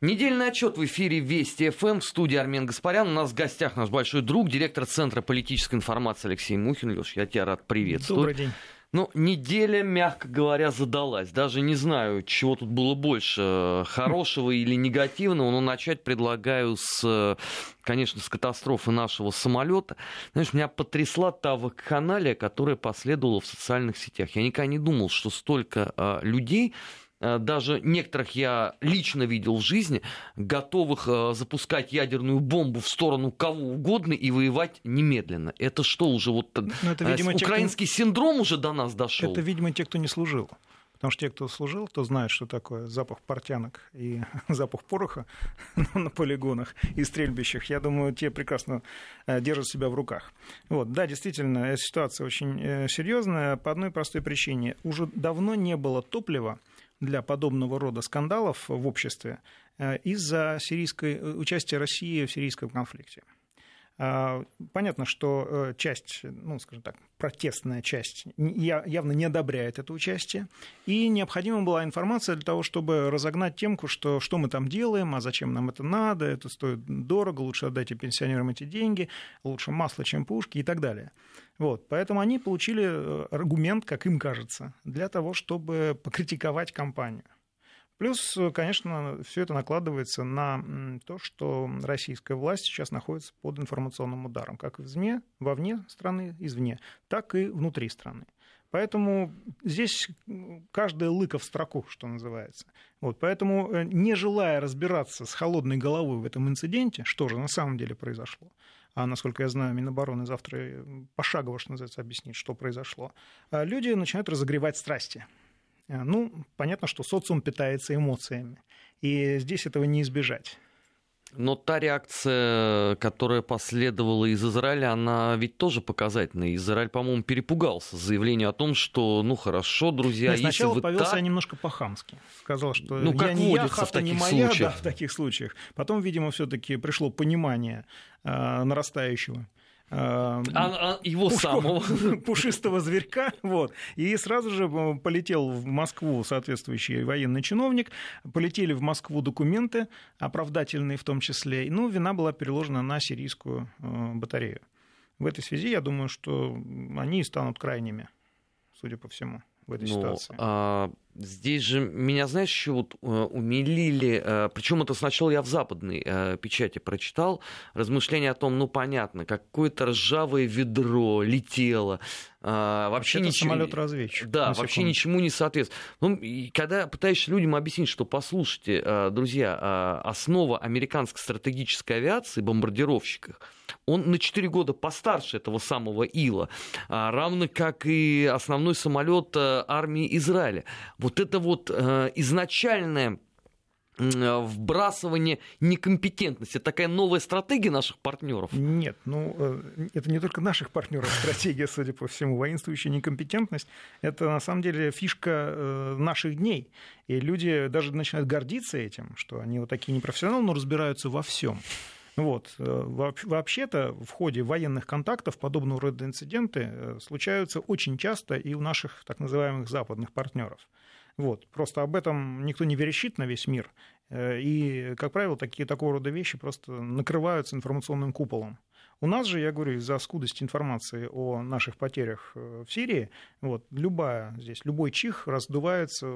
Недельный отчет в эфире Вести ФМ, в студии Армен Гаспарян. У нас в гостях наш большой друг, директор Центра политической информации Алексей Мухин. Леш, я тебя рад приветствовать. Добрый день. Ну, неделя, мягко говоря, задалась. Даже не знаю, чего тут было больше, хорошего или негативного, но начать предлагаю конечно, с катастрофы нашего самолета. Знаешь, меня потрясла та вакханалия, которая последовала в социальных сетях. Я никогда не думал, что столько людей, даже некоторых я лично видел в жизни, готовых запускать ядерную бомбу в сторону кого угодно и воевать немедленно. Это что уже это, видимо, украинский синдром уже до нас дошел? Это, видимо, те, кто не служил. Потому что те, кто служил, то знают, что такое запах портянок и запах пороха на полигонах и стрельбищах. Я думаю, те прекрасно держат себя в руках. Вот. Да, действительно, ситуация очень серьезная по одной простой причине. Уже давно не было топлива для подобного рода скандалов в обществе из-за участия России в сирийском конфликте. Понятно, что часть, скажем так, протестная часть явно не одобряет это участие, и необходима была информация для того, чтобы разогнать темку, что мы там делаем, а зачем нам это надо, это стоит дорого, лучше отдайте пенсионерам эти деньги, лучше масло, чем пушки и так далее. Вот, поэтому они получили аргумент, как им кажется, для того, чтобы покритиковать компанию. Плюс, конечно, все это накладывается на то, что российская власть сейчас находится под информационным ударом, как вовне страны, извне, так и внутри страны. Поэтому здесь каждая лыка в строку, что называется. Вот, поэтому, не желая разбираться с холодной головой в этом инциденте, что же на самом деле произошло, а, насколько я знаю, Минобороны завтра пошагово, что называется, объяснит, что произошло, люди начинают разогревать страсти. Понятно, что социум питается эмоциями, и здесь этого не избежать. Но та реакция, которая последовала из Израиля, она ведь тоже показательная. Израиль, по-моему, перепугался заявлению о том, что, хорошо, друзья, если сначала вы повел себя немножко по-хамски. Сказал, что я не я, хата не моя, да, в таких случаях. Потом, видимо, все-таки пришло понимание нарастающего. Его самого пушистого зверька, вот, и сразу же полетел в Москву соответствующий военный чиновник, полетели в Москву документы, оправдательные в том числе, вина была переложена на сирийскую батарею. В этой связи, я думаю, что они станут крайними, судя по всему, в этой ситуации. Здесь же меня, знаешь, еще умилили, причем это сначала я в западной печати прочитал, размышления о том, понятно, какое-то ржавое ведро летело, вообще это ничего... самолет-разведчик. Да, вообще ничему не соответствует. И когда пытаешься людям объяснить, что, послушайте, друзья, основа американской стратегической авиации, бомбардировщиков, он на 4 года постарше этого самого Ила, равно как и основной самолет армии Израиля. Вот это изначальное вбрасывание некомпетентности, такая новая стратегия наших партнеров? Нет, это не только наших партнеров стратегия, судя по всему, воинствующая некомпетентность, это на самом деле фишка наших дней, и люди даже начинают гордиться этим, что они такие непрофессионалы, но разбираются во всем. Вообще-то в ходе военных контактов подобного рода инциденты случаются очень часто и у наших так называемых западных партнеров. Просто об этом никто не верещит на весь мир, и, как правило, такого рода вещи просто накрываются информационным куполом. У нас же, я говорю, из-за скудости информации о наших потерях в Сирии, любой чих раздувается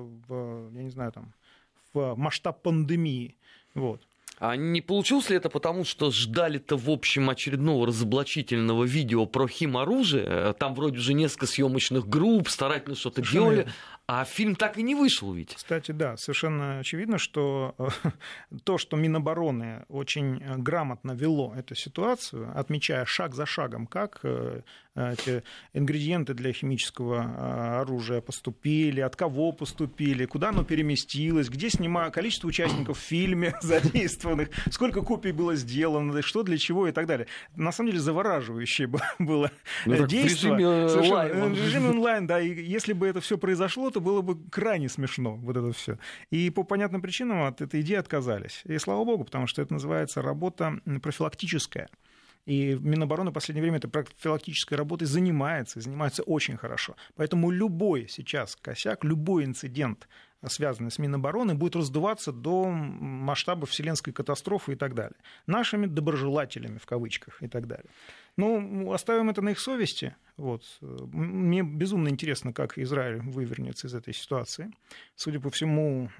в масштаб пандемии. А не получилось ли это потому, что ждали-то, в общем, очередного разоблачительного видео про химоружие? Там вроде уже несколько съемочных групп, старательно что-то делали, а фильм так и не вышел ведь. Кстати, да, совершенно очевидно, что то, что Минобороны очень грамотно вело эту ситуацию, отмечая шаг за шагом, как эти ингредиенты для химического оружия поступили, от кого поступили, куда оно переместилось, где количество участников в фильме задействованных, сколько копий было сделано, что для чего и так далее. На самом деле завораживающее было действие. В режиме онлайн, да, и если бы это все произошло, то было бы крайне смешно, это все. И по понятным причинам от этой идеи отказались. И слава богу, потому что это называется работа профилактическая. И Минобороны в последнее время этой профилактической работой занимается очень хорошо. Поэтому любой сейчас косяк, любой инцидент связанная с Минобороны, будет раздуваться до масштаба вселенской катастрофы и так далее. Нашими доброжелателями, в кавычках, и так далее. Ну, оставим это на их совести. Вот. Мне безумно интересно, как Израиль вывернется из этой ситуации. Судя по всему,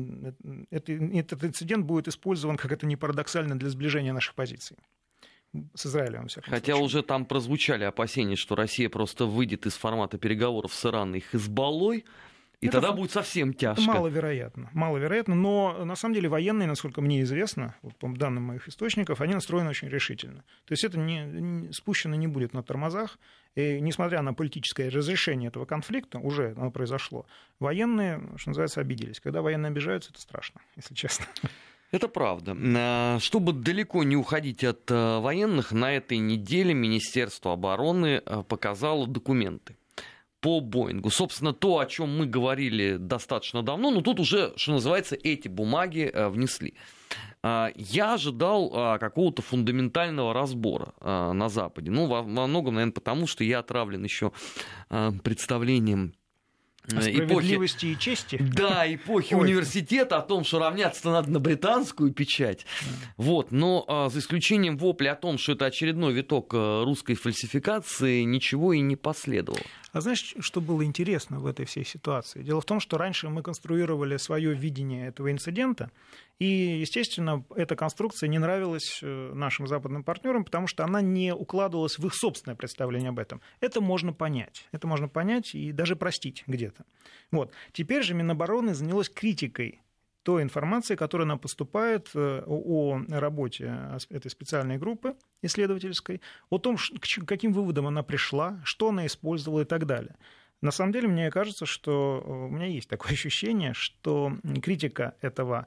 этот инцидент будет использован, как это ни парадоксально, для сближения наших позиций с Израилем, во всяком Хотя случае. уже там прозвучали опасения, что Россия просто выйдет из формата переговоров с Ираном и Хизбаллой, и Это тогда будет совсем тяжко. Маловероятно, но на самом деле военные, насколько мне известно, вот, по данным моих источников, они настроены очень решительно. То есть это спущено не будет на тормозах, и несмотря на политическое разрешение этого конфликта, уже оно произошло, военные, что называется, обиделись. Когда военные обижаются, это страшно, если честно. Это правда. Чтобы далеко не уходить от военных, на этой неделе Министерство обороны показало документы по Боингу. Собственно, то, о чем мы говорили достаточно давно, но тут уже, что называется, эти бумаги внесли. Я ожидал какого-то фундаментального разбора на Западе. Ну, во многом, наверное, потому что я отравлен еще представлением Справедливости и чести. Да, эпохи университета, о том, что равняться надо на британскую печать. Вот. Но за исключением вопля о том, что это очередной виток русской фальсификации, ничего и не последовало. А знаешь, что было интересно в этой всей ситуации? Дело в том, что раньше мы конструировали свое видение этого инцидента, и, естественно, эта конструкция не нравилась нашим западным партнерам, потому что она не укладывалась в их собственное представление об этом. Это можно понять. Это можно понять и даже простить где-то. Вот. Теперь же Минобороны занялось критикой той информации, которая нам поступает о работе этой специальной группы исследовательской, о том, к каким выводам она пришла, что она использовала и так далее. На самом деле, мне кажется, что у меня есть такое ощущение, что критика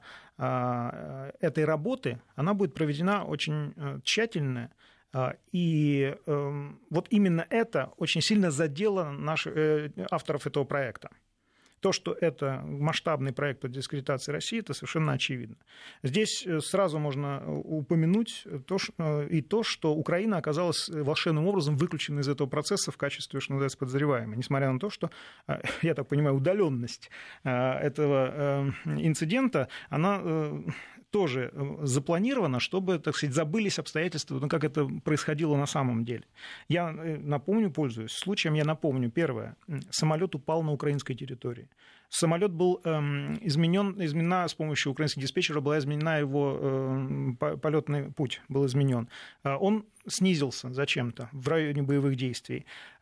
этой работы, она будет проведена очень тщательно, и вот именно это очень сильно задело авторов этого проекта. То, что это масштабный проект по дискредитации России, это совершенно очевидно. Здесь сразу можно упомянуть то, что Украина оказалась волшебным образом выключена из этого процесса в качестве, что называется, подозреваемой. Несмотря на то, что, я так понимаю, удаленность этого инцидента, она тоже запланировано, чтобы, так сказать, забылись обстоятельства, как это происходило на самом деле. Я напомню, пользуясь случаем, первое. Самолет упал на украинской территории. Самолет был изменена с помощью украинских диспетчеров, была изменена его полетный путь, был изменен. Он снизился зачем-то в районе боевых действий.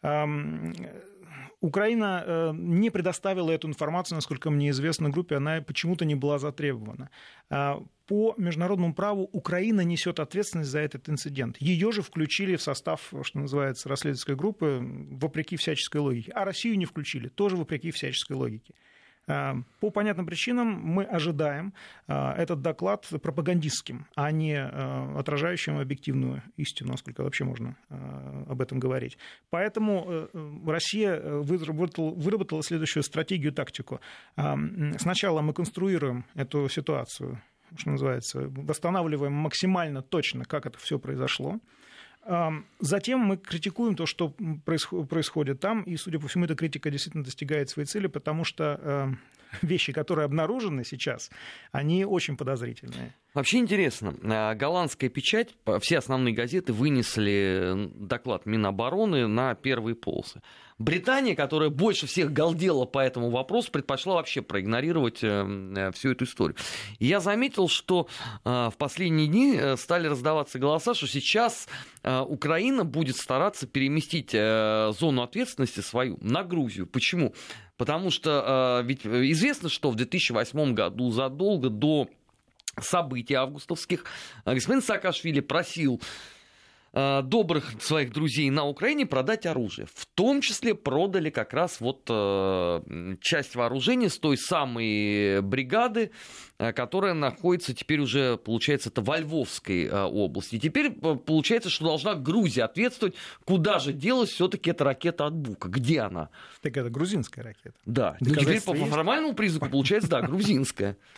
Украина не предоставила эту информацию, насколько мне известно, группе, она почему-то не была затребована. По международному праву Украина несет ответственность за этот инцидент. Ее же включили в состав, что называется, расследовательской группы, вопреки всяческой логике. А Россию не включили, тоже вопреки всяческой логике. По понятным причинам мы ожидаем этот доклад пропагандистским, а не отражающим объективную истину, насколько вообще можно об этом говорить. Поэтому Россия выработала следующую стратегию, тактику. Сначала мы конструируем эту ситуацию, что называется, восстанавливаем максимально точно, как это все произошло. Затем мы критикуем то, что происходит там, и, судя по всему, эта критика действительно достигает своей цели, потому что вещи, которые обнаружены сейчас, они очень подозрительные. Вообще интересно, голландская печать, все основные газеты вынесли доклад Минобороны на первые полосы. Британия, которая больше всех галдела по этому вопросу, предпочла вообще проигнорировать всю эту историю. И я заметил, что в последние дни стали раздаваться голоса, что сейчас Украина будет стараться переместить зону ответственности свою на Грузию. Почему? Потому что ведь известно, что в 2008 году, задолго до событий августовских, господин Саакашвили просил добрых своих друзей на Украине продать оружие. В том числе продали как раз вот часть вооружения с той самой бригады, которая находится теперь уже, получается, это во Львовской области. И теперь получается, что должна Грузия ответствовать, куда же делась все-таки эта ракета от Бука, где она? Так это грузинская ракета. Да, ну теперь по формальному признаку получается, да, грузинская.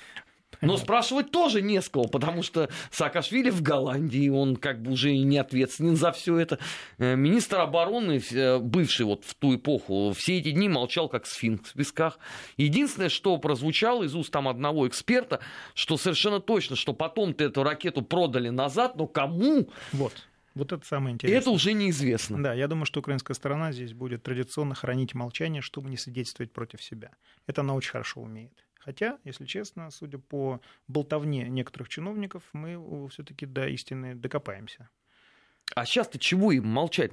Но спрашивать тоже не с кого, потому что Саакашвили в Голландии, он как бы уже и не ответственен за все это. Министр обороны, бывший вот в ту эпоху, все эти дни молчал как сфинкс в песках. Единственное, что прозвучало из уст там одного эксперта, что совершенно точно, что потом-то эту ракету продали назад, но кому? Вот это самое интересное. Это уже неизвестно. Да, я думаю, что украинская сторона здесь будет традиционно хранить молчание, чтобы не свидетельствовать против себя. Это она очень хорошо умеет. Хотя, если честно, судя по болтовне некоторых чиновников, мы все-таки до истины докопаемся. А сейчас-то чего им молчать?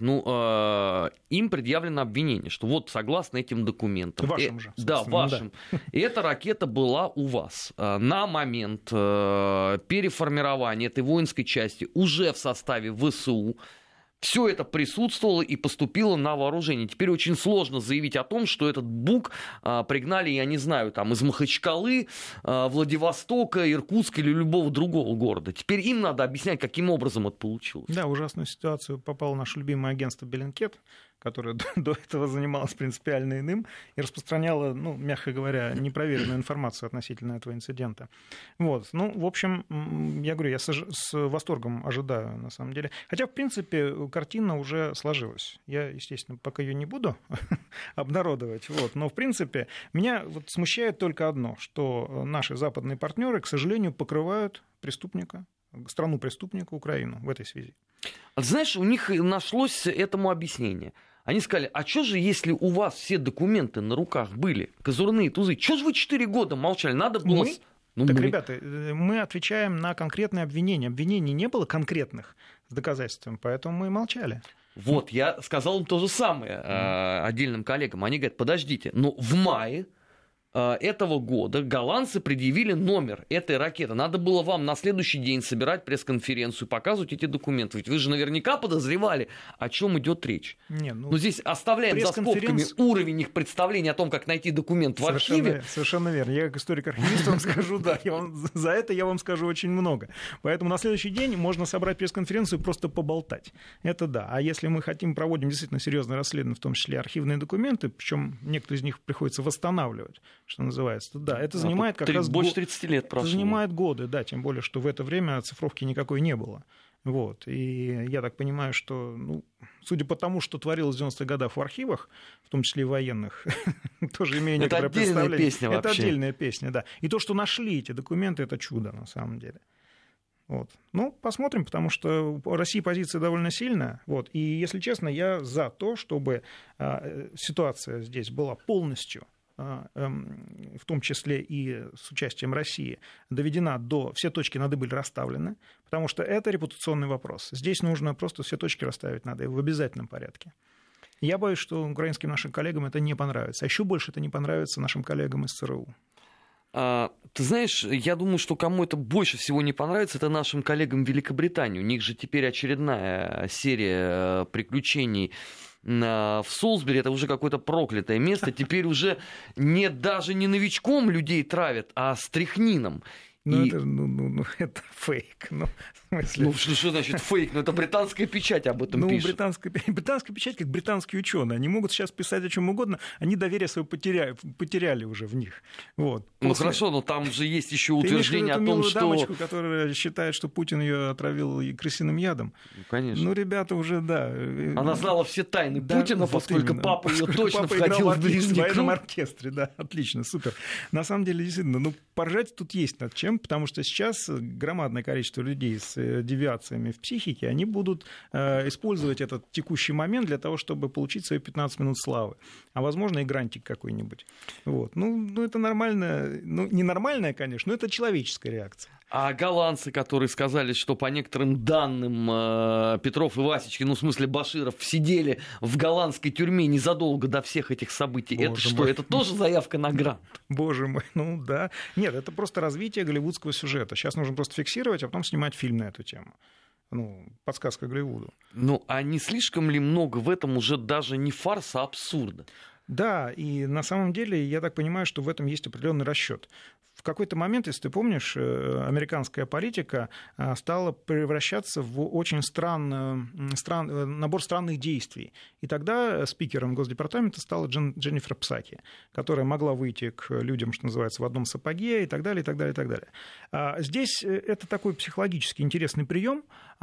Им предъявлено обвинение, что вот согласно этим документам... Вашим же. Да, вашим. Да. Эта ракета была у вас на момент переформирования этой воинской части уже в составе ВСУ. Все это присутствовало и поступило на вооружение. Теперь очень сложно заявить о том, что этот БУК пригнали, я не знаю, там, из Махачкалы, Владивостока, Иркутска или любого другого города. Теперь им надо объяснять, каким образом это получилось. Да, в ужасную ситуацию попало наше любимое агентство Bellingcat, которое до этого занималось принципиально иным и распространяло, мягко говоря, непроверенную информацию относительно этого инцидента. Вот. В общем, я говорю, я с восторгом ожидаю, на самом деле. Хотя, в принципе, картина уже сложилась. Я, естественно, пока ее не буду обнародовать. Но, в принципе, меня смущает только одно, что наши западные партнеры, к сожалению, покрывают преступника, страну преступника Украину в этой связи. Знаешь, у них нашлось этому объяснение. Они сказали, а что же, если у вас все документы на руках были, козырные тузы, что же вы 4 года молчали? Надо было... Ребята, мы отвечаем на конкретные обвинения. Обвинений не было конкретных с доказательствами, поэтому мы и молчали. Вот, я сказал им то же самое отдельным коллегам. Они говорят, подождите, но в мае этого года голландцы предъявили номер этой ракеты. Надо было вам на следующий день собирать пресс-конференцию, показывать эти документы. Ведь вы же наверняка подозревали, о чем идет речь. Но здесь оставляем за скобками уровень их представления о том, как найти документ в архиве. Совершенно верно. Я как историк-архивист вам скажу, да, за это я вам скажу очень много. Поэтому на следующий день можно собрать пресс-конференцию и просто поболтать. Это да. А если мы проводим действительно серьезное расследование, в том числе архивные документы, причем некоторые из них приходится восстанавливать, что называется. Да, это занимает как раз... Больше 30 лет прошло. Это занимает годы, да, тем более, что в это время оцифровки никакой не было. И я так понимаю, что, судя по тому, что творилось в 90-х годах в архивах, в том числе и военных, тоже имею некоторое представление. Это отдельная песня вообще. Это отдельная песня, да. И то, что нашли эти документы, это чудо на самом деле. Посмотрим, потому что у России позиция довольно сильная. И, если честно, я за то, чтобы ситуация здесь была полностью, в том числе и с участием России, доведена все точки над «и» были расставлены, потому что это репутационный вопрос. Здесь нужно просто все точки расставить надо, и в обязательном порядке. Я боюсь, что украинским нашим коллегам это не понравится. А еще больше это не понравится нашим коллегам из ЦРУ. Ты знаешь, я думаю, что кому это больше всего не понравится, это нашим коллегам в Великобритании. У них же теперь очередная серия приключений в Солсбери, это уже какое-то проклятое место. Теперь уже даже не новичком людей травят, а стрихнином. Это фейк. В смысле... Что значит фейк? Это британская печать об этом пишет. Британская печать, как британские ученые. Они могут сейчас писать о чем угодно, они доверие свое потеряли уже в них. Хорошо, но там же есть еще утверждение о том, что... дамочку, которая считает, что Путин ее отравил крысиным ядом. Конечно. Ребята уже, да. Она знала все тайны Путина, поскольку папа ее точно входил в ближний круг. В военном оркестре, да, отлично, супер. На самом деле, действительно, поржать тут есть над чем, потому что сейчас громадное количество людей с девиациями в психике, они будут использовать этот текущий момент для того, чтобы получить свои 15 минут славы. А, возможно, и грантик какой-нибудь. Это нормально, ненормальная, конечно, но это человеческая реакция. А голландцы, которые сказали, что по некоторым данным Петров и Васечкин, в смысле Баширов, сидели в голландской тюрьме незадолго до всех этих событий. Это что? Это тоже заявка на грант? Боже мой, да. Нет, это просто развитие голливудского сюжета. Сейчас нужно просто фиксировать, а потом снимать фильм на эту тему. Подсказка Голливуду. А не слишком ли много в этом уже даже не фарса, а абсурда? Да, и на самом деле я так понимаю, что в этом есть определенный расчет. в какой-то момент, если ты помнишь, американская политика стала превращаться в очень набор странных действий. И тогда спикером Госдепартамента стала Дженнифер Псаки, которая могла выйти к людям, что называется, в одном сапоге и так далее, и так далее, и так далее. Здесь это такой психологически интересный прием,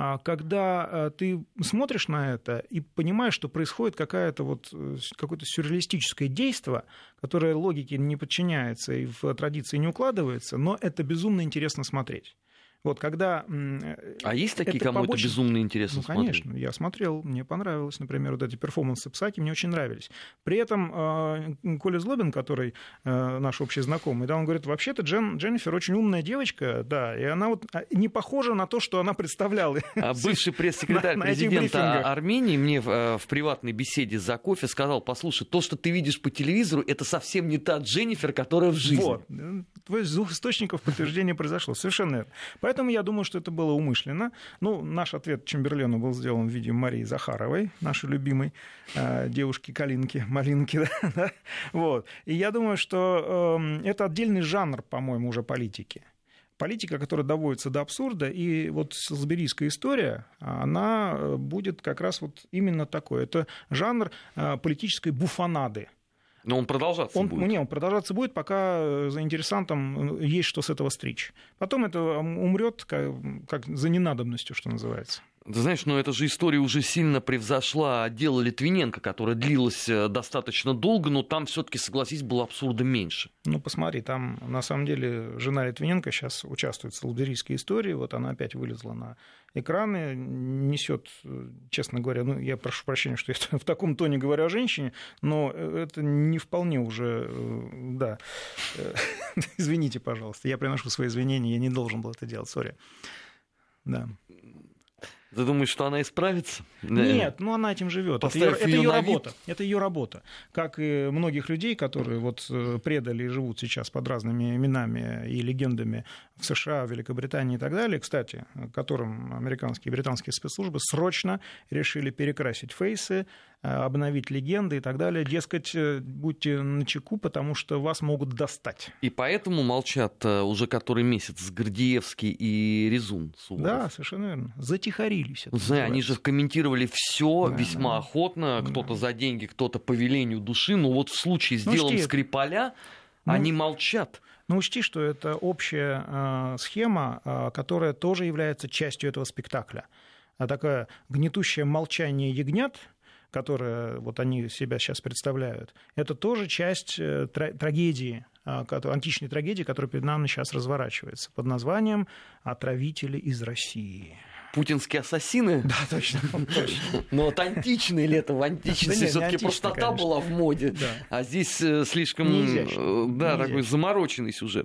когда ты смотришь на это и понимаешь, что происходит какое-то сюрреалистическое действие, которое логике не подчиняется и в традиции не укладывается, но это безумно интересно смотреть. Вот когда... А есть такие, кому это безумно интересно смотреть? Конечно, я смотрел, мне понравилось, например, вот эти перформансы Псаки мне очень нравились. При этом Коля Злобин, который наш общий знакомый, да, он говорит, вообще-то Дженнифер очень умная девочка, да, и она вот не похожа на то, что она представляла. А бывший пресс-секретарь президента Армении мне в приватной беседе за кофе сказал, послушай, то, что ты видишь по телевизору, это совсем не та Дженнифер, которая в жизни. Вот, то есть из двух источников подтверждение произошло, совершенно верно. Поэтому я думаю, что это было умышленно. Ну, наш ответ Чемберлену был сделан в виде Марии Захаровой, нашей любимой девушки-калинки, малинки. Да? Вот. И я думаю, что это отдельный жанр, по-моему, уже политики. Политика, которая доводится до абсурда, и вот солсберийская история, она будет как раз вот именно такой. Это жанр политической буфонады. Но он продолжаться будет. Он продолжаться будет, пока заинтересантам есть что с этого стричь. Потом это умрет как за ненадобностью, что называется. Ты знаешь, но эта же история уже сильно превзошла дело Литвиненко, которое длилось достаточно долго, но там все-таки, согласись, было абсурда меньше. Ну, посмотри, там на самом деле жена Литвиненко сейчас участвует в солсберийской истории, вот она опять вылезла на экраны, несет, честно говоря, ну, я прошу прощения, что я в таком тоне говорю о женщине, но это не вполне уже, да, извините, пожалуйста, я приношу свои извинения, я не должен был это делать, сори, да. Ты думаешь, что она исправится? Нет, ну она этим живет. Это ее работа. Это ее работа. Как и многих людей, которые вот предали и живут сейчас под разными именами и легендами в США, в Великобритании и так далее, кстати, которым американские и британские спецслужбы срочно решили перекрасить фейсы, обновить легенды и так далее. Дескать, будьте начеку, потому что вас могут достать. И поэтому молчат уже который месяц Гордеевский и Резун Суворов. Да, совершенно верно. Затихарились. Знаю, они же комментировали все весьма охотно. Кто-то за деньги, кто-то по велению души. Но вот в случае с делом Скрипаля они молчат. Но учти, что это общая схема, которая тоже является частью этого спектакля. Такое гнетущее молчание ягнят, которое вот они себя сейчас представляют, это тоже часть трагедии, античной трагедии, которая перед нами сейчас разворачивается под названием «Отравители из России». Путинские ассасины? Да, точно. Но вот античные ли это? В античности все-таки простота была в моде, а здесь слишком такой замороченный сюжет.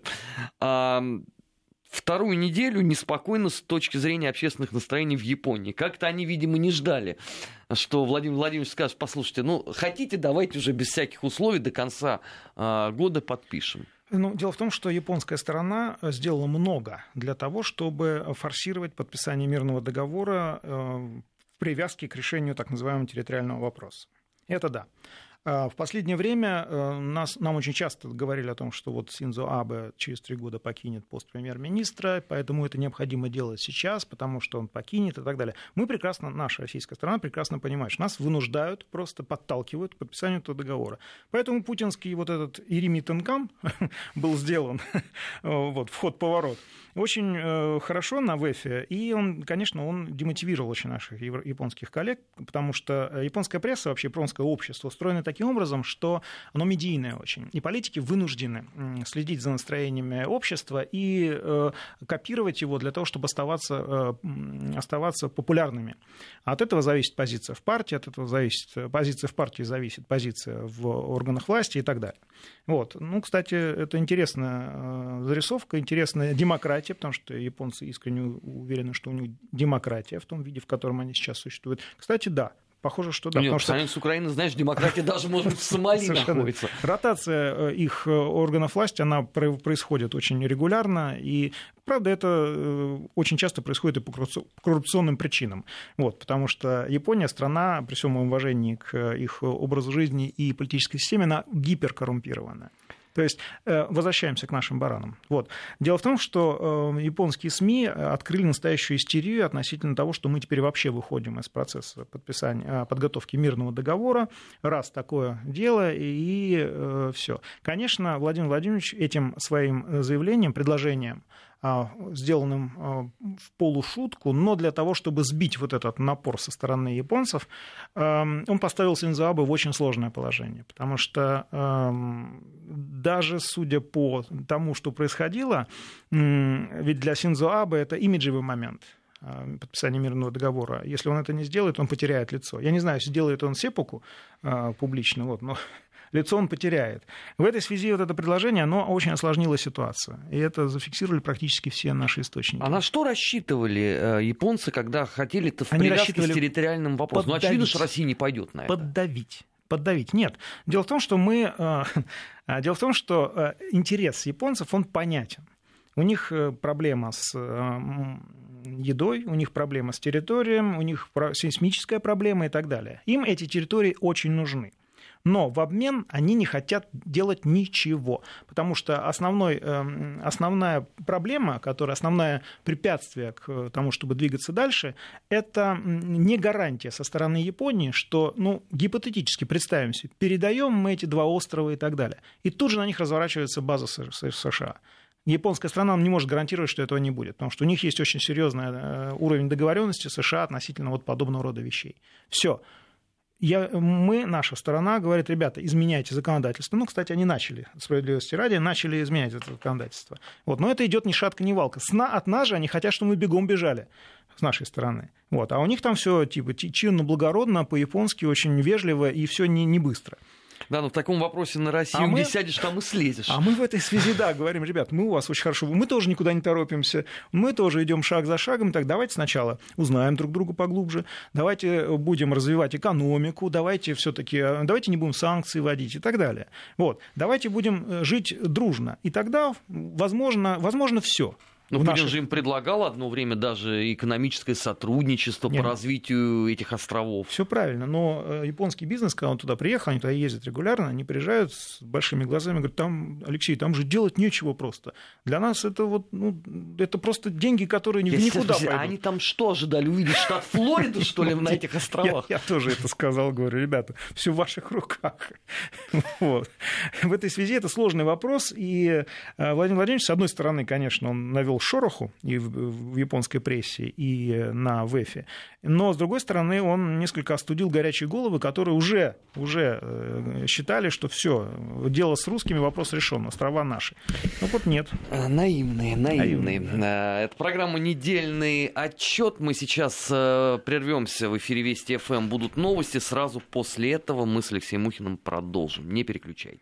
Вторую неделю неспокойно с точки зрения общественных настроений в Японии. Как-то они, видимо, не ждали, что Владимир Владимирович скажет, послушайте, ну, хотите, давайте уже без всяких условий до конца года подпишем. Ну, дело в том, что японская сторона сделала много для того, чтобы форсировать подписание мирного договора в привязке к решению так называемого территориального вопроса. Это да. В последнее время нам очень часто говорили о том, что вот Синдзо Абе через 3 года покинет пост премьер-министра, поэтому это необходимо делать сейчас, потому что он покинет и так далее. Мы прекрасно, наша российская сторона прекрасно понимает, что нас вынуждают, просто подталкивают к подписанию этого договора. Поэтому путинский вот этот Ирими Тенкам был сделан, вот, вход-поворот, очень хорошо на ВЭФе, и он, конечно, он демотивировал очень наших японских коллег, потому что японская пресса, вообще японское общество устроено таким образом, что оно медийное очень, и политики вынуждены следить за настроениями общества и копировать его для того, чтобы оставаться популярными. От этого зависит позиция в партии, от этого зависит позиция в партии, зависит позиция в органах власти и так далее. Вот. Ну, кстати, это интересная зарисовка, интересная демократия, потому что японцы искренне уверены, что у них демократия в том виде, в котором они сейчас существуют. Кстати, да. Похоже, что да. Нет, потому что с Украины, знаешь, демократия даже, может быть, в Сомали находится. Ротация их органов власти, она происходит очень регулярно, и, правда, это очень часто происходит и по коррупционным причинам. Вот, потому что Япония страна, при всем моем уважении к их образу жизни и политической системе, она гиперкоррумпирована. То есть возвращаемся к нашим баранам. Вот. Дело в том, что японские СМИ открыли настоящую истерию относительно того, что мы теперь вообще выходим из процесса подготовки мирного договора. Раз такое дело, и все. Конечно, Владимир Владимирович этим своим заявлением, предложением, сделанным в полушутку, но для того, чтобы сбить вот этот напор со стороны японцев, он поставил Синдзо Абэ в очень сложное положение, потому что даже судя по тому, что происходило, ведь для Синдзо Абэ это имиджевый момент подписания мирного договора. Если он это не сделает, он потеряет лицо. Я не знаю, сделает он сеппуку публично, но лицо он потеряет. В этой связи вот это предложение, оно очень осложнило ситуацию. И это зафиксировали практически все наши источники. А на что рассчитывали японцы, когда хотели это в привязке с территориальным вопросом? Поддавить. Очевидно, что Россия не пойдет на это. Поддавить. Нет. Дело в том, что интерес японцев, он понятен. У них проблема с едой, у них проблема с территорией, у них сейсмическая проблема и так далее. Им эти территории очень нужны. Но в обмен они не хотят делать ничего, потому что основная проблема, основное препятствие к тому, чтобы двигаться дальше, это не гарантия со стороны Японии, что, гипотетически представим себе, передаем мы эти два острова и так далее. И тут же на них разворачивается база США. Японская страна не может гарантировать, что этого не будет, потому что у них есть очень серьезный уровень договоренности США относительно подобного рода вещей. Все. Наша сторона говорит, ребята, изменяйте законодательство. Кстати, они начали, справедливости ради, изменять это законодательство. Но это идет ни шатка, ни валка. От нас же они хотят, чтобы мы бегом бежали с нашей стороны. А у них там все чинно, благородно, по-японски, очень вежливо и все не быстро. Да, но в таком вопросе на Россию где сядешь, там и слезешь. А мы в этой связи, говорим, ребят, мы у вас очень хорошо, мы тоже никуда не торопимся, мы тоже идем шаг за шагом, так давайте сначала узнаем друг друга поглубже, давайте будем развивать экономику, давайте не будем санкции вводить и так далее. Давайте будем жить дружно, и тогда, возможно, все. Но Путин же им предлагал одно время даже экономическое сотрудничество по развитию этих островов. Все правильно, но японский бизнес, когда он туда приехал, они туда ездят регулярно, они приезжают с большими глазами, говорят, Алексей, там же делать нечего просто. Для нас это это просто деньги, которые никуда пойдут. А они там что ожидали увидеть? Штат Флориду, что ли, на этих островах? Я тоже это сказал, говорю, ребята, все в ваших руках. В этой связи это сложный вопрос, и Владимир Владимирович, с одной стороны, конечно, он навел шороху и в японской прессе, и на ВЭФе. Но, с другой стороны, он несколько остудил горячие головы, которые уже считали, что все, дело с русскими, вопрос решен, острова наши. Нет. Наивные. Это программа «Недельный отчет». Мы сейчас прервемся в эфире Вести ФМ. Будут новости. Сразу после этого мы с Алексеем Мухиным продолжим. Не переключайтесь.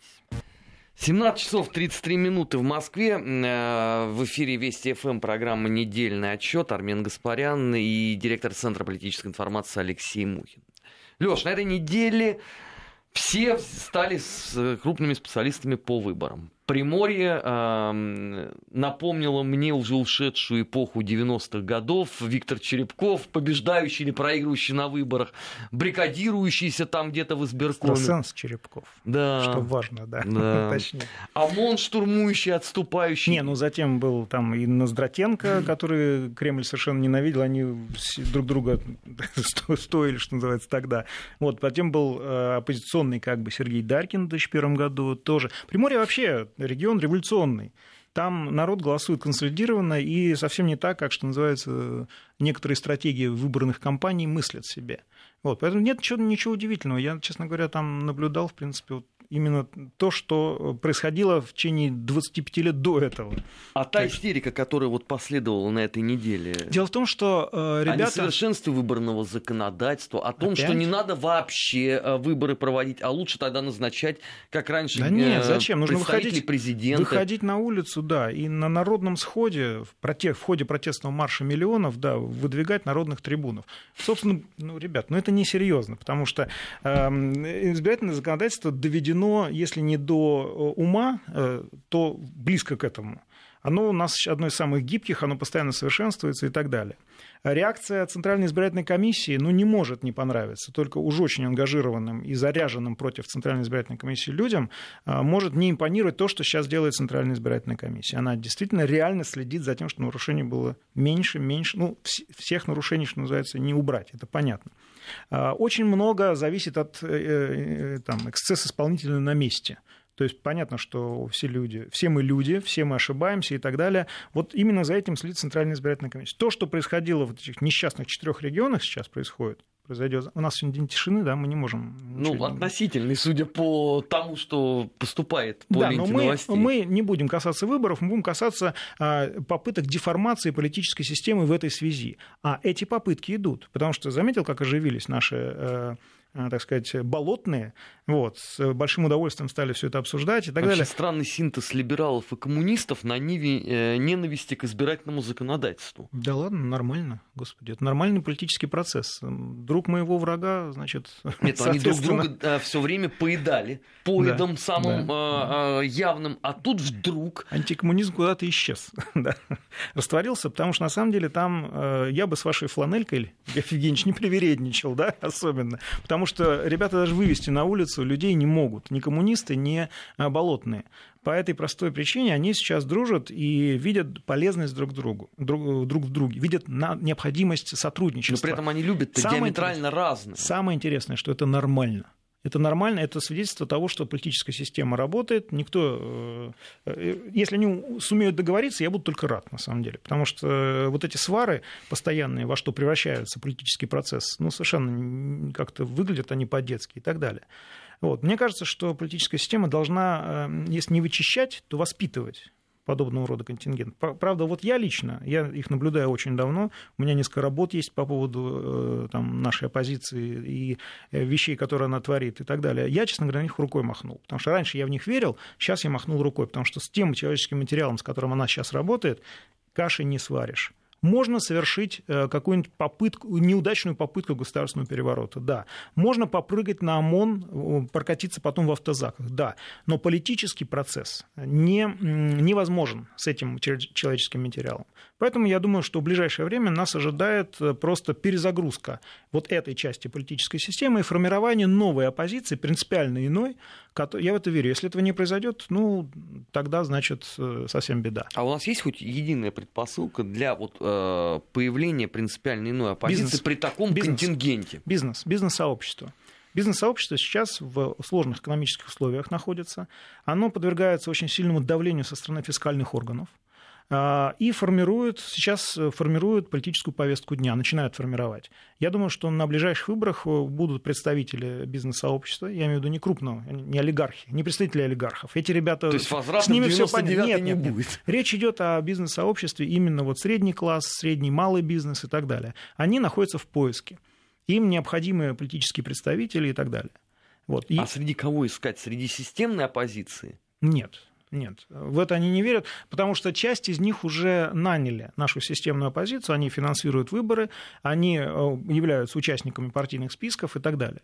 17 часов 33 минуты в Москве. В эфире Вести ФМ программа «Недельный отчет». Армен Гаспарян и директор Центра политической информации Алексей Мухин. Лёш, на этой неделе все стали крупными специалистами по выборам. Приморье напомнило мне уже ушедшую эпоху 90-х годов. Виктор Черепков, побеждающий или проигрывающий на выборах, бригадирующийся там где-то в избиркоме. Экстрасенс Черепков, да. Что важно, да. Точнее. ОМОН, штурмующий, отступающий. Затем был там и Ноздратенко, который Кремль совершенно ненавидел, они друг друга стоили, что называется, тогда. Потом был оппозиционный Сергей Дарькин в 2001 году тоже. Приморье вообще регион революционный. Там народ голосует консолидированно и совсем не так, как, что называется, некоторые стратегии выборных кампаний мыслят себе. Поэтому нет ничего удивительного. Я, честно говоря, там наблюдал, в принципе, именно то, что происходило в течение 25 лет до этого. А та истерика, которая последовала на этой неделе... Дело в том, что ребята... О несовершенстве выборного законодательства, о том, что не надо вообще выборы проводить, а лучше тогда назначать, как раньше, зачем? Нужно президента. Выходить на улицу, да, и на народном сходе, в ходе протестного марша миллионов, да, выдвигать народных трибунов. Собственно, ребят, это несерьезно, потому что избирательное законодательство доведено, если не до ума, то близко к этому. Оно у нас одно из самых гибких, оно постоянно совершенствуется и так далее. Реакция Центральной избирательной комиссии, не может не понравиться. Только уж очень ангажированным и заряженным против Центральной избирательной комиссии людям может не импонировать то, что сейчас делает Центральная избирательная комиссия. Она действительно реально следит за тем, что нарушений было меньше. Всех нарушений, что называется, не убрать, это понятно. Очень много зависит от эксцесса исполнителя на месте. То есть понятно, что все мы люди, все мы ошибаемся и так далее. Вот именно за этим следит Центральная избирательная комиссия. То, что происходило в этих несчастных 4 регионах сейчас произойдет. У нас сегодня день тишины, да, мы не можем... Относительный, судя по тому, что поступает по ленте новостей. Мы не будем касаться выборов, мы будем касаться попыток деформации политической системы в этой связи. А эти попытки идут, потому что заметил, как оживились наши... так сказать, болотные, с большим удовольствием стали все это обсуждать и так далее. Странный синтез либералов и коммунистов на ниве ненависти к избирательному законодательству. Да ладно, нормально, господи, это нормальный политический процесс. Друг моего врага, значит... Нет, они друг друга все время поедали поедом самым явным, а тут вдруг... Антикоммунизм куда-то исчез, растворился, потому что на самом деле там я бы с вашей фланелькой, Евгеньевич, не привередничал, да, особенно, потому что ребята даже вывести на улицу людей не могут, ни коммунисты, ни болотные. По этой простой причине они сейчас дружат и видят полезность друг в друге, видят необходимость сотрудничества. Но при этом они любят диаметрально разное. Самое интересное, что это нормально. Это нормально, это свидетельство того, что политическая система работает. Если они сумеют договориться, я буду только рад, на самом деле. Потому что вот эти свары постоянные, во что превращается политический процесс, совершенно как-то выглядят они по-детски и так далее. Мне кажется, что политическая система должна, если не вычищать, то воспитывать подобного рода контингент. Правда, я лично, я их наблюдаю очень давно, у меня несколько работ есть по поводу нашей оппозиции и вещей, которые она творит и так далее. Я, честно говоря, на них рукой махнул, потому что раньше я в них верил, сейчас я махнул рукой, потому что с тем человеческим материалом, с которым она сейчас работает, каши не сваришь. Можно совершить какую-нибудь неудачную попытку государственного переворота, да. Можно попрыгать на ОМОН, прокатиться потом в автозаках, да. Но политический процесс невозможен с этим человеческим материалом. Поэтому я думаю, что в ближайшее время нас ожидает просто перезагрузка этой части политической системы и формирование новой оппозиции, принципиально иной. Я в это верю. Если этого не произойдет, тогда, значит, совсем беда. А у нас есть хоть единая предпосылка для появления принципиально иной оппозиции при таком контингенте? Бизнес-сообщество. Бизнес-сообщество сейчас в сложных экономических условиях находится. Оно подвергается очень сильному давлению со стороны фискальных органов. И сейчас формируют политическую повестку дня, начинают формировать. Я думаю, что на ближайших выборах будут представители бизнес-сообщества, я имею в виду не крупного, не олигархи, не представители олигархов. Эти ребята... То есть возврата в 99-й не будет? Речь идет о бизнес-сообществе, именно средний класс, средний, малый бизнес и так далее. Они находятся в поиске. Им необходимы политические представители и так далее. А среди кого искать? Среди системной оппозиции? Нет, в это они не верят, потому что часть из них уже наняли нашу системную оппозицию, они финансируют выборы, они являются участниками партийных списков и так далее.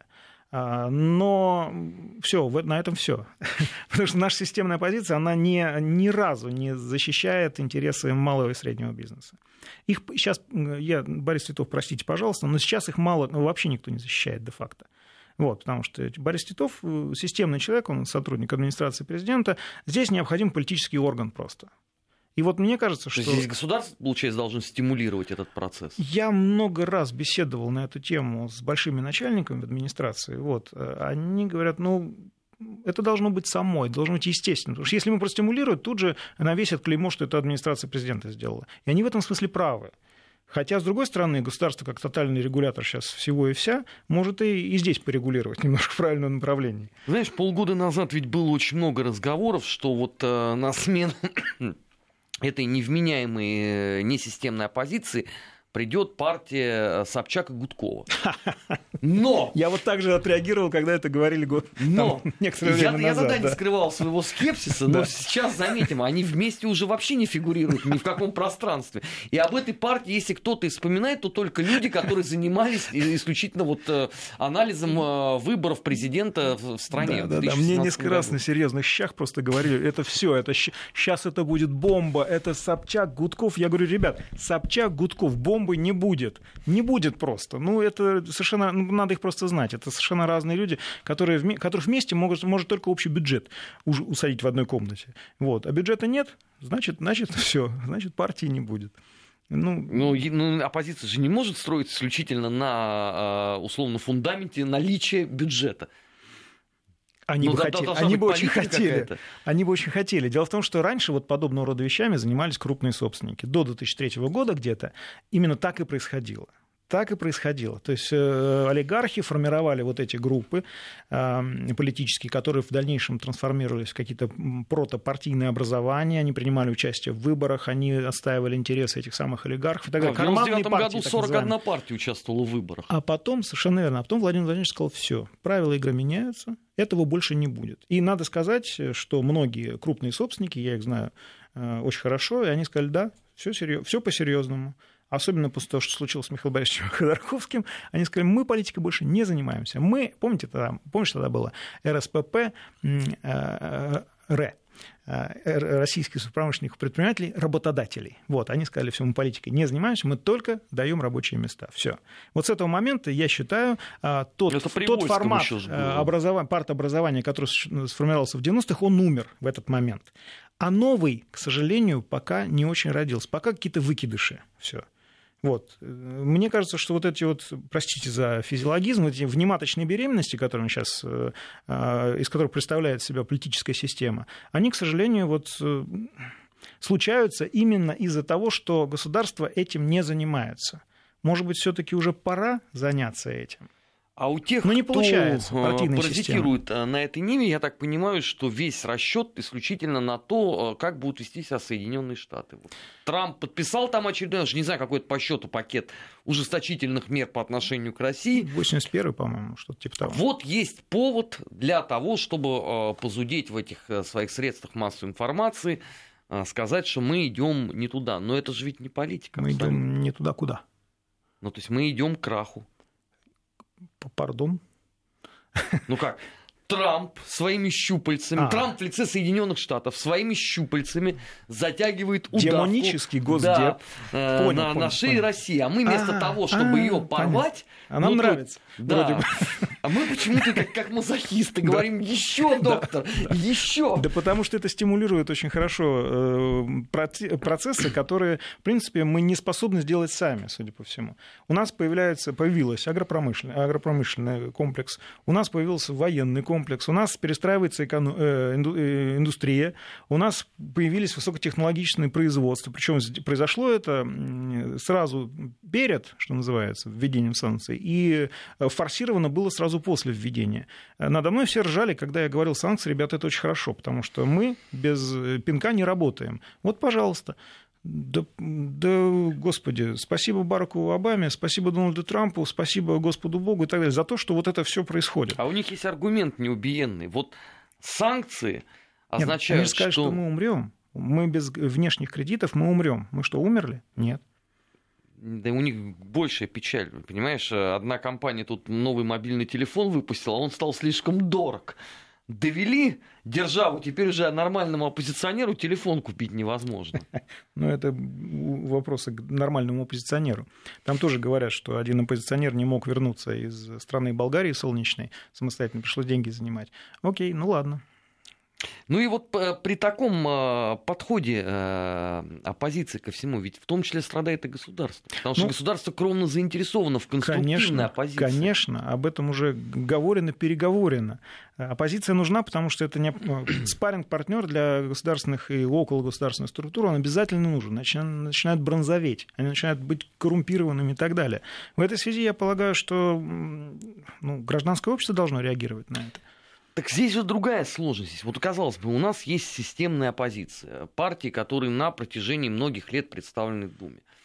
Но все, на этом все. Потому что наша системная оппозиция, она ни разу не защищает интересы малого и среднего бизнеса. Их сейчас, Борис Титов, простите, пожалуйста, но сейчас их вообще никто не защищает де-факто. Потому что Борис Титов системный человек, он сотрудник администрации президента, здесь необходим политический орган просто. И мне кажется, что... Здесь государство, получается, должно стимулировать этот процесс? Я много раз беседовал на эту тему с большими начальниками администрации. Они говорят, это должно быть самой, должно быть естественно. Потому что если мы простимулируем, тут же навесят клеймо, что это администрация президента сделала. И они в этом смысле правы. Хотя, с другой стороны, государство, как тотальный регулятор сейчас всего и вся, может и здесь порегулировать немножко в правильном направлении. Знаешь, полгода назад ведь было очень много разговоров, что на смену этой невменяемой несистемной оппозиции придет партия Собчак и Гудкова. Но! Я вот так же отреагировал, когда это говорили некоторое время назад. Я тогда не скрывал своего скепсиса, но сейчас, заметим, они вместе уже вообще не фигурируют ни в каком пространстве. И об этой партии, если кто-то и вспоминает, то только люди, которые занимались исключительно вот анализом выборов президента в стране. Да. Мне несколько раз на серьезных щах просто говорили, это все, сейчас это будет бомба, это Собчак, Гудков. Я говорю, ребят, Собчак, Гудков, бомбы не будет. Не будет просто. Это совершенно... надо их просто знать. Это совершенно разные люди, которых вместе может только общий бюджет усадить в одной комнате. Вот. А бюджета нет, значит все, значит партии не будет. Оппозиция же не может строиться исключительно на, условно, фундаменте наличия бюджета. Они бы очень хотели. Дело в том, что раньше подобного рода вещами занимались крупные собственники. До 2003 года где-то именно так и происходило. То есть олигархи формировали вот эти группы политические, которые в дальнейшем трансформировались в какие-то протопартийные образования, они принимали участие в выборах, они отстаивали интересы этих самых олигархов. И так далее. В 1999 году 41 партия участвовала в выборах. А потом, совершенно верно, Владимир Владимирович сказал, все, правила игры меняются, этого больше не будет. И надо сказать, что многие крупные собственники, я их знаю очень хорошо, и они сказали, да, все по-серьезному. Особенно после того, что случилось с Михаилом Борисовичем Ходорковским, они сказали, мы политикой больше не занимаемся. Помнишь, тогда было РСПП, российских промышленных предпринимателей, работодателей. Они сказали, все, мы политикой не занимаемся, мы только даем рабочие места. Все. Вот с этого момента, я считаю, тот формат партобразования, который сформировался в 90-х, он умер в этот момент. А новый, к сожалению, пока не очень родился. Пока какие-то выкидыши. Все. Мне кажется, что эти простите за физиологизм, эти внематочные беременности, которые сейчас, из которых представляет себя политическая система, они, к сожалению, случаются именно из-за того, что государство этим не занимается. Может быть, все-таки уже пора заняться этим? А у тех, не кто паразитирует на этой ниве, я так понимаю, что весь расчет исключительно на то, как будут вести себя Соединенные Штаты. Трамп подписал там очередной, не знаю, какой-то по счету пакет ужесточительных мер по отношению к России. 81-й, по-моему, что-то типа того. Есть повод для того, чтобы позудеть в этих своих средствах массовой информации, сказать, что мы идем не туда. Но это же ведь не политика. Мы идем не туда, куда? То есть мы идем к краху. Пардон? Как? Трамп своими щупальцами, Трамп в лице Соединенных Штатов своими щупальцами затягивает удавку. Демонический госдеп. На шее России. А мы вместо того, чтобы ее порвать... А нам нравится. А мы почему-то как мазохисты говорим, еще, доктор, еще. Да потому что это стимулирует очень хорошо процессы, которые, в принципе, мы не способны сделать сами, судя по всему. У нас появился агропромышленный комплекс, у нас появился военный комплекс, у нас перестраивается индустрия, у нас появились высокотехнологичные производства. Причем произошло это сразу перед, что называется, введением санкций, и форсировано было сразу после введения. Надо мной все ржали, когда я говорил санкции, ребята, это очень хорошо, потому что мы без пинка не работаем. Пожалуйста. Да, господи, спасибо Бараку Обаме, спасибо Дональду Трампу, спасибо Господу Богу и так далее за то, что это все происходит. А у них есть аргумент неубиенный. Санкции означают, они же скажут, что мы умрем. Мы без внешних кредитов мы умрем. Мы что, умерли? Нет. Да у них большая печаль, понимаешь? Одна компания тут новый мобильный телефон выпустила, а он стал слишком дорог. Довели державу, теперь уже нормальному оппозиционеру телефон купить невозможно. Это вопросы к нормальному оппозиционеру. Там тоже говорят, что один оппозиционер не мог вернуться из страны Болгарии солнечной, самостоятельно пришлось деньги занимать. Окей, ладно. При таком подходе оппозиции ко всему, ведь в том числе страдает и государство. Потому что государство кровно заинтересовано в конструктивной оппозиции. Конечно, об этом уже говорено, переговорено. Оппозиция нужна, потому что это спарринг-партнер для государственных и окологосударственных структур, он обязательно нужен. Начинают бронзоветь, они начинают быть коррумпированными и так далее. В этой связи я полагаю, что гражданское общество должно реагировать на это. Так здесь же другая сложность. Казалось бы, у нас есть системная оппозиция, партии, которые на протяжении многих лет представлены в Думе.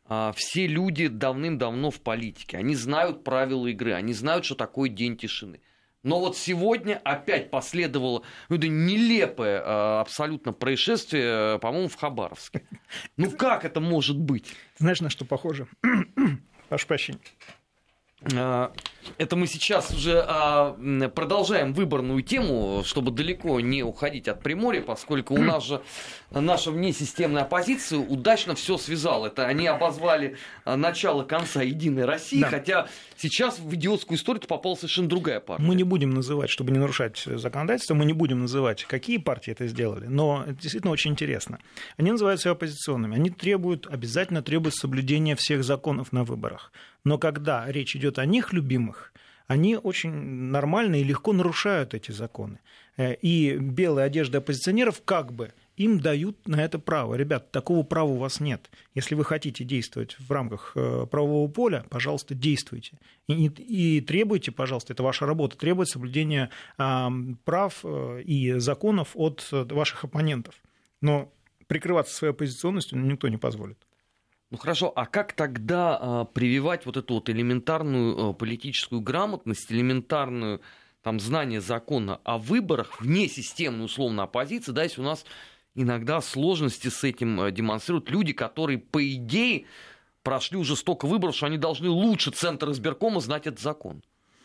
все люди давным-давно в политике. Они знают правила игры, они знают, что такое день тишины. Но вот сегодня опять последовало нелепое абсолютно происшествие, по-моему, в Хабаровске. Ну как это может быть? Знаешь, на что похоже? Прошу прощения. Это мы сейчас уже продолжаем выборную тему, чтобы далеко не уходить от Приморья, поскольку у нас же наша внесистемная оппозиция удачно все связала. Это они обозвали начало конца Единой России, да. Хотя сейчас в идиотскую историю попала совершенно другая партия. Мы не будем называть, чтобы не нарушать законодательство, мы не будем называть, какие партии это сделали, но это действительно очень интересно. Они называют себя оппозиционными, они обязательно требуют соблюдения всех законов на выборах. Но когда речь идет о них любимых, они очень нормально и легко нарушают эти законы. И белая одежда оппозиционеров как бы им дают на это право. Ребят, такого права у вас нет. Если вы хотите действовать в рамках правового поля, пожалуйста, действуйте. И требуйте, пожалуйста, это ваша работа, требует соблюдения прав и законов от ваших оппонентов. Но прикрываться своей оппозиционностью никто не позволит. Ну хорошо, а как тогда прививать вот эту вот элементарную политическую грамотность, элементарную знание закона о выборах, внесистемную условно оппозиции, да, если у нас иногда сложности с этим демонстрируют люди, которые, по идее, прошли уже столько выборов, что они должны лучше Центра избиркома знать этот закон.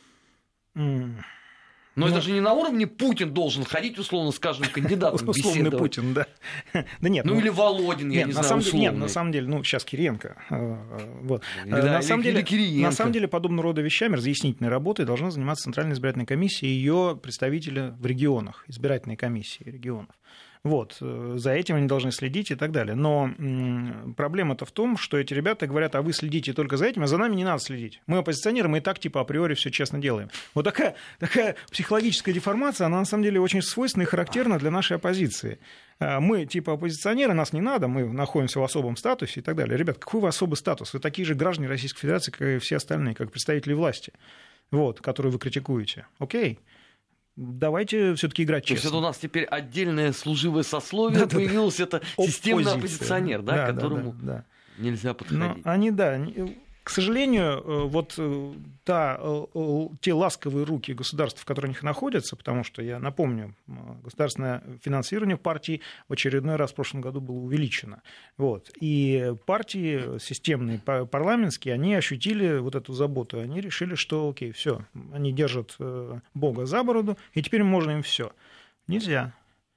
Но это же не на уровне Путин должен ходить, условно, с каждым кандидатом беседовать. Условный Путин, да. Да нет, или Володин, я не знаю, условный. Нет, на самом деле, сейчас Кириенко. Вот. Да, на самом деле, подобного рода вещами, разъяснительной работой должна заниматься Центральная избирательная комиссия и ее представители в регионах, избирательной комиссии регионов. Вот, за этим они должны следить и так далее. Но проблема-то в том, что эти ребята говорят, а вы следите только за этим, а за нами не надо следить. Мы оппозиционеры, мы и так априори все честно делаем. Вот такая психологическая деформация, она на самом деле очень свойственна и характерна для нашей оппозиции. Мы оппозиционеры, нас не надо, мы находимся в особом статусе и так далее. Ребят, какой вы особый статус? Вы такие же граждане Российской Федерации, как и все остальные, как представители власти, которые вы критикуете. Окей. Давайте все-таки играть честно. То есть это у нас теперь отдельное служивое сословие появилось, это системный оппозиционер, к которому нельзя подходить. Но к сожалению, те ласковые руки государств, в которых они находятся, потому что, я напомню, государственное финансирование партий в очередной раз в прошлом году было увеличено. И партии системные, парламентские, они ощутили эту заботу. Они решили, что окей, все, они держат Бога за бороду, и теперь можно им все. Нельзя.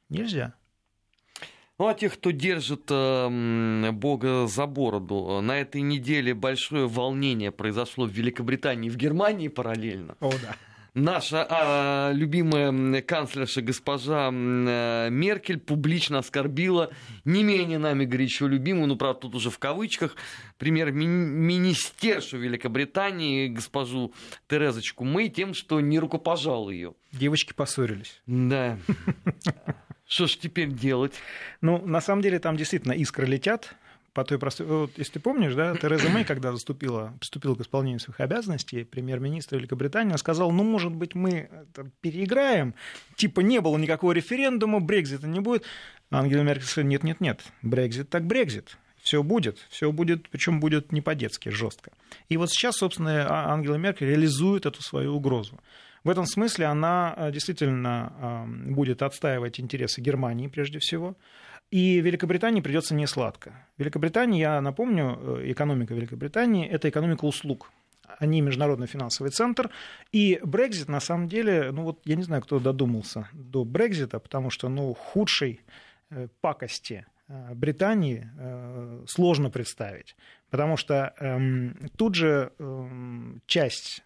Ну, а тех, кто держит Бога за бороду, на этой неделе большое волнение произошло в Великобритании и в Германии параллельно. О, да. Наша любимая канцлерша госпожа Меркель публично оскорбила не менее нами горячо любимую, правда, тут уже в кавычках, премьер-министершу Великобритании, госпожу Терезочку Мэй, тем, что не рукопожал ее. Девочки поссорились. Да. Что ж теперь делать? На самом деле, там действительно искры летят. По той простой... Если ты помнишь, Тереза Мэй, когда приступила к исполнению своих обязанностей, премьер-министр Великобритании, она сказала, может быть, мы переиграем, не было никакого референдума, Брексита не будет. Ангела Меркель сказала, нет, Брексит так Брексит. Все будет, причем будет не по-детски, жестко. И сейчас, собственно, Ангела Меркель реализует эту свою угрозу. В этом смысле она действительно будет отстаивать интересы Германии прежде всего, и Великобритании придется несладко. Великобритания, я напомню, экономика Великобритании – это экономика услуг. Они международный финансовый центр, и Брексит, на самом деле, я не знаю, кто додумался до Брексита, потому что, худшей пакости Британии сложно представить, потому что тут же часть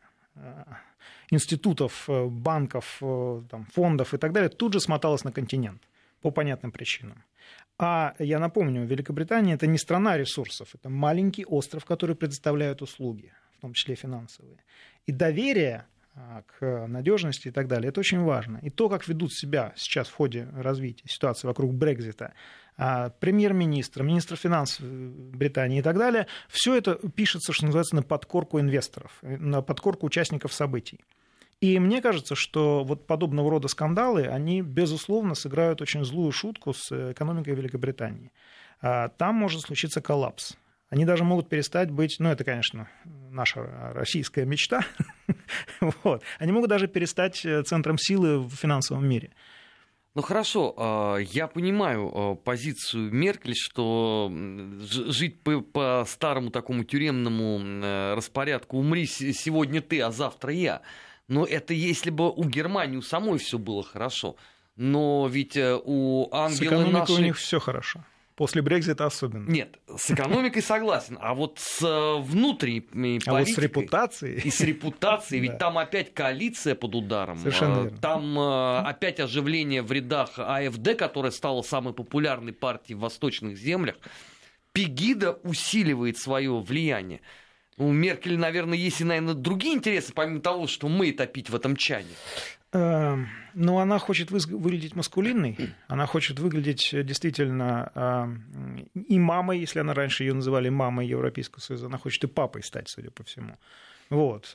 институтов, банков, фондов и так далее тут же смоталась на континент по понятным причинам. А я напомню, Великобритания – это не страна ресурсов, это маленький остров, который предоставляет услуги, в том числе финансовые. И доверие к надежности и так далее – это очень важно. И то, как ведут себя сейчас в ходе развития ситуации вокруг Брексита премьер-министр, министр финансов Британии и так далее, все это пишется, что называется, на подкорку инвесторов, на подкорку участников событий. И мне кажется, что подобного рода скандалы, они, безусловно, сыграют очень злую шутку с экономикой Великобритании. Там может случиться коллапс. Они даже могут перестать быть, ну, это, конечно, наша российская мечта, вот. Они могут даже перестать центром силы в финансовом мире. Ну хорошо, я понимаю позицию Меркель, что жить по старому такому тюремному распорядку «умри сегодня ты, а завтра я». Но это если бы у Германии у самой все было хорошо. Но ведь у Ангелы с экономикой нашей... у них все хорошо. После Брексита особенно. Нет, с экономикой согласен, а вот с внутренней политикой... А вот с репутацией... И с репутацией, ведь там опять коалиция под ударом. Совершенно верно. Там опять оживление в рядах АФД, которая стала самой популярной партией в восточных землях. Пегида усиливает свое влияние. У Меркель, наверное, есть и, наверное, другие интересы, помимо того, что мы топить в этом чане. Но она хочет выглядеть маскулинной, она хочет выглядеть действительно и мамой, если она раньше ее называли мамой Европейского Союза, она хочет и папой стать, судя по всему. Вот.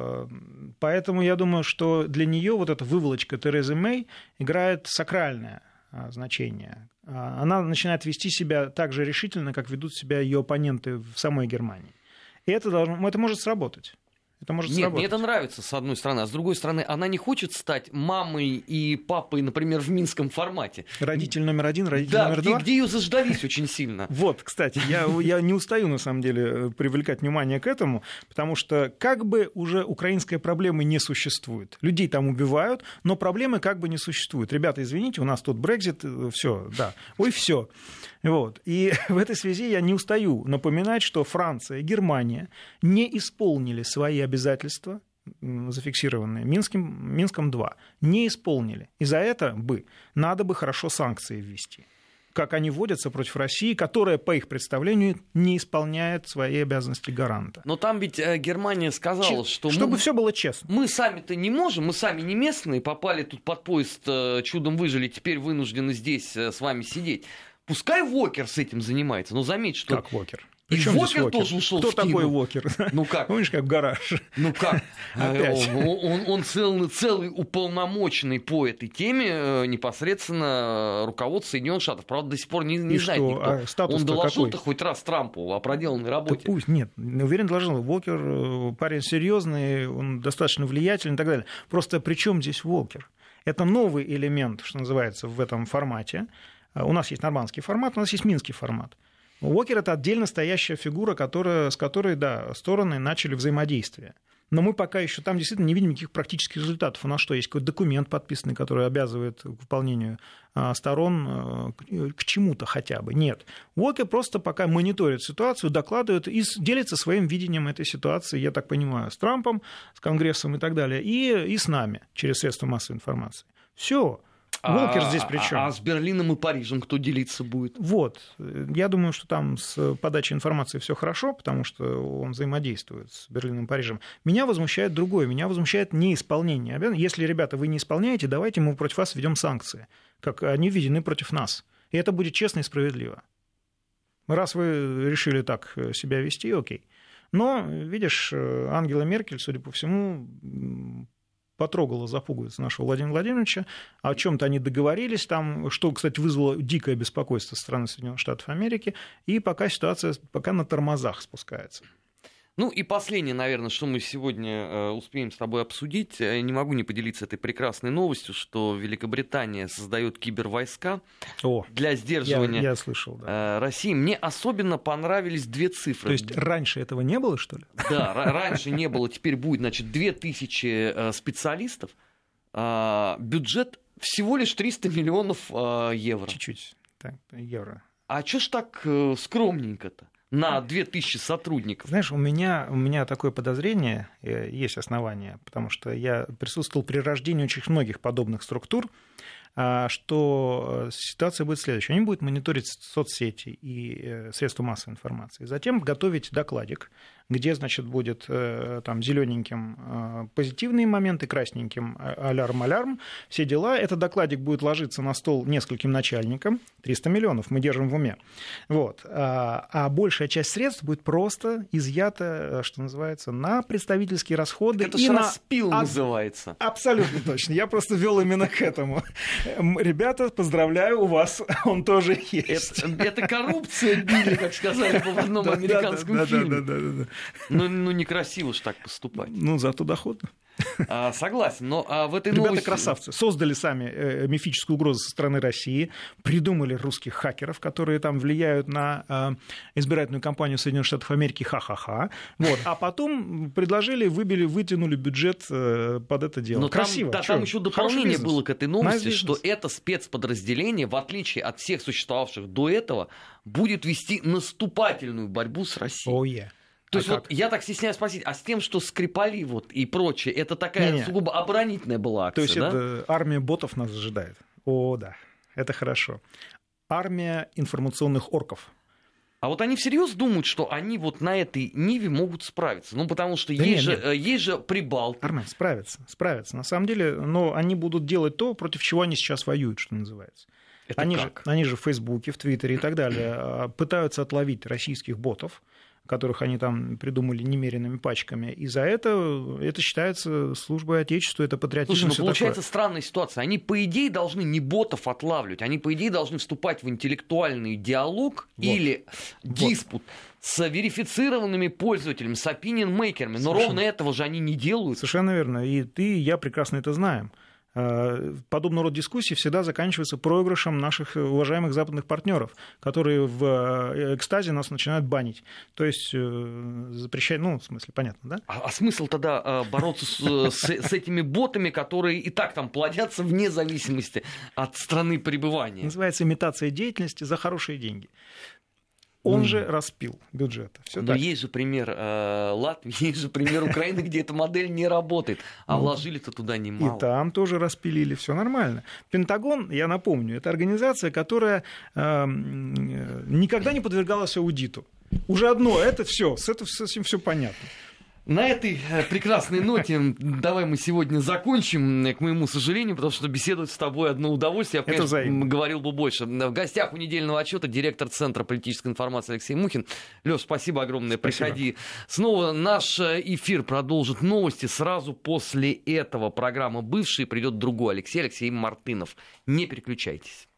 Поэтому я думаю, что для нее вот эта выволочка Терезы Мэй играет сакральное значение. Она начинает вести себя так же решительно, как ведут себя ее оппоненты в самой Германии. И это может сработать. Нет, мне это нравится, с одной стороны. А с другой стороны, она не хочет стать мамой и папой, например, в минском формате. Родитель номер один, родитель номер два. Где ее заждались очень сильно. Вот, кстати, я не устаю, на самом деле, привлекать внимание к этому, потому что как бы уже украинской проблемы не существует. Людей там убивают, но проблемы как бы не существует. Ребята, извините, у нас тут Брексит, все, да. Ой, все. Вот. И в этой связи я не устаю напоминать, что Франция и Германия не исполнили свои обязательства, зафиксированные Минском-2, не исполнили. И за это надо бы хорошо санкции ввести, как они вводятся против России, которая, по их представлению, не исполняет свои обязанности гаранта. Но там ведь Германия сказала, что... Чтобы все было честно. Мы сами-то не можем, мы сами не местные, попали тут под поезд, чудом выжили, теперь вынуждены здесь с вами сидеть. Пускай Уокер с этим занимается, но заметь, что... Как Уокер? И Уокер тоже ушел в Киев. Кто такой Уокер? Ну как? Помнишь, как в гараж? Ну как? Опять. Он целый уполномоченный по этой теме непосредственно руководство Соединенных Штатов. Правда, до сих пор не знает никто. Он доложил-то хоть раз Трампу о проделанной работе. Да пусть, нет, уверен, доложил. Уокер парень серьезный, он достаточно влиятельный и так далее. Просто при чем здесь Уокер? Это новый элемент, что называется, в этом формате. У нас есть нормандский формат, у нас есть минский формат. Уокер – это отдельно стоящая фигура, с которой, да, стороны начали взаимодействие. Но мы пока еще там действительно не видим никаких практических результатов. У нас что, есть какой-то документ подписанный, который обязывает к выполнению сторон к чему-то хотя бы? Нет. Уокер просто пока мониторит ситуацию, докладывает и делится своим видением этой ситуации, я так понимаю, с Трампом, с Конгрессом и так далее, и с нами через средства массовой информации. Все. Уокер здесь при чем? А с Берлином и Парижем кто делиться будет? Вот. Я думаю, что там с подачей информации все хорошо, потому что он взаимодействует с Берлином и Парижем. Меня возмущает другое. Меня возмущает неисполнение. Если, ребята, вы не исполняете, давайте мы против вас введем санкции, как они введены против нас. И это будет честно и справедливо. Раз вы решили так себя вести, окей. Но, видишь, Ангела Меркель, судя по всему, потрогала за пуговицу нашего Владимира Владимировича, о чем-то они договорились там, что, кстати, вызвало дикое беспокойство со стороны Соединенных Штатов Америки, и пока ситуация на тормозах спускается. Ну и последнее, наверное, что мы сегодня успеем с тобой обсудить. Не могу не поделиться этой прекрасной новостью, что Великобритания создает кибервойска для сдерживания я слышал, да. России. Мне особенно понравились две цифры. То есть раньше этого не было, что ли? Да, раньше не было, теперь будет, значит, 2000 специалистов, бюджет всего лишь 300 миллионов евро. Чуть-чуть, так, евро. А чё ж так скромненько-то? На 2000 сотрудников. Знаешь, у меня такое подозрение, есть основания, потому что я присутствовал при рождении очень многих подобных структур, что ситуация будет следующая. Они будут мониторить соцсети и средства массовой информации, затем готовить докладик где, значит, будет там зелененьким позитивные моменты, красненьким алярм, все дела. Этот докладик будет ложиться на стол нескольким начальникам. 300 миллионов мы держим в уме. Вот. А большая часть средств будет просто изъята, что называется, на представительские расходы. Это же распил называется. Абсолютно точно. Я просто вел именно к этому. Ребята, поздравляю, у вас он тоже есть. Это коррупция, Билли, как сказали в одном американском фильме. Ну, некрасиво же так поступать. Ну, зато доходно. Согласен, но в этой новости... Ребята красавцы. Создали сами мифическую угрозу со стороны России, придумали русских хакеров, которые там влияют на избирательную кампанию Соединенных Штатов Америки, ха-ха-ха. Вот. А потом предложили, вытянули бюджет под это дело. Но красиво. Там еще дополнение было к этой новости, что это спецподразделение, в отличие от всех существовавших до этого, будет вести наступательную борьбу с Россией. Oh, yeah. То есть вот я так стесняюсь спросить, а с тем, что Скрипали вот и прочее, это такая сугубо оборонительная была акция, то есть это армия ботов нас ожидает. О, да, это хорошо. Армия информационных орков. А вот они всерьез думают, что они вот на этой ниве могут справиться? Ну, потому что есть же Прибалтика. Армен, справятся. На самом деле, но они будут делать то, против чего они сейчас воюют, что называется. Они же в Фейсбуке, в Твиттере и так далее пытаются отловить российских ботов, которых они там придумали немеренными пачками. И за это считается службой Отечеству, это патриотизм. Слушай, получается странная ситуация. Они, по идее, должны не ботов отлавливать, они, по идее, должны вступать в интеллектуальный диалог или диспут с верифицированными пользователями, с opinion-мейкерами. Но ровно этого же они не делают. Совершенно верно. И ты, и я прекрасно это знаем. Подобного рода дискуссии всегда заканчиваются проигрышем наших уважаемых западных партнеров, которые в экстазе нас начинают банить. То есть запрещать, в смысле, понятно, да? А смысл тогда бороться с этими ботами, которые и так там плодятся вне зависимости от страны пребывания? Называется имитация деятельности за хорошие деньги. Он же распил бюджет. Но есть же пример Латвии, есть же пример Украины, где эта модель не работает, а вложили-то туда немало. И там тоже распилили, все нормально. Пентагон, я напомню, это организация, которая никогда не подвергалась аудиту. Уже одно, это все, с этим все понятно. На этой прекрасной ноте давай мы сегодня закончим, к моему сожалению, потому что беседовать с тобой одно удовольствие. Я, конечно, говорил бы больше. В гостях у недельного отчета директор Центра политической информации Алексей Мухин. Лёш, спасибо огромное. Спасибо. Приходи снова. Наш эфир продолжит новости. Сразу после этого программа «Бывший» придет другой Алексей Мартынов. Не переключайтесь.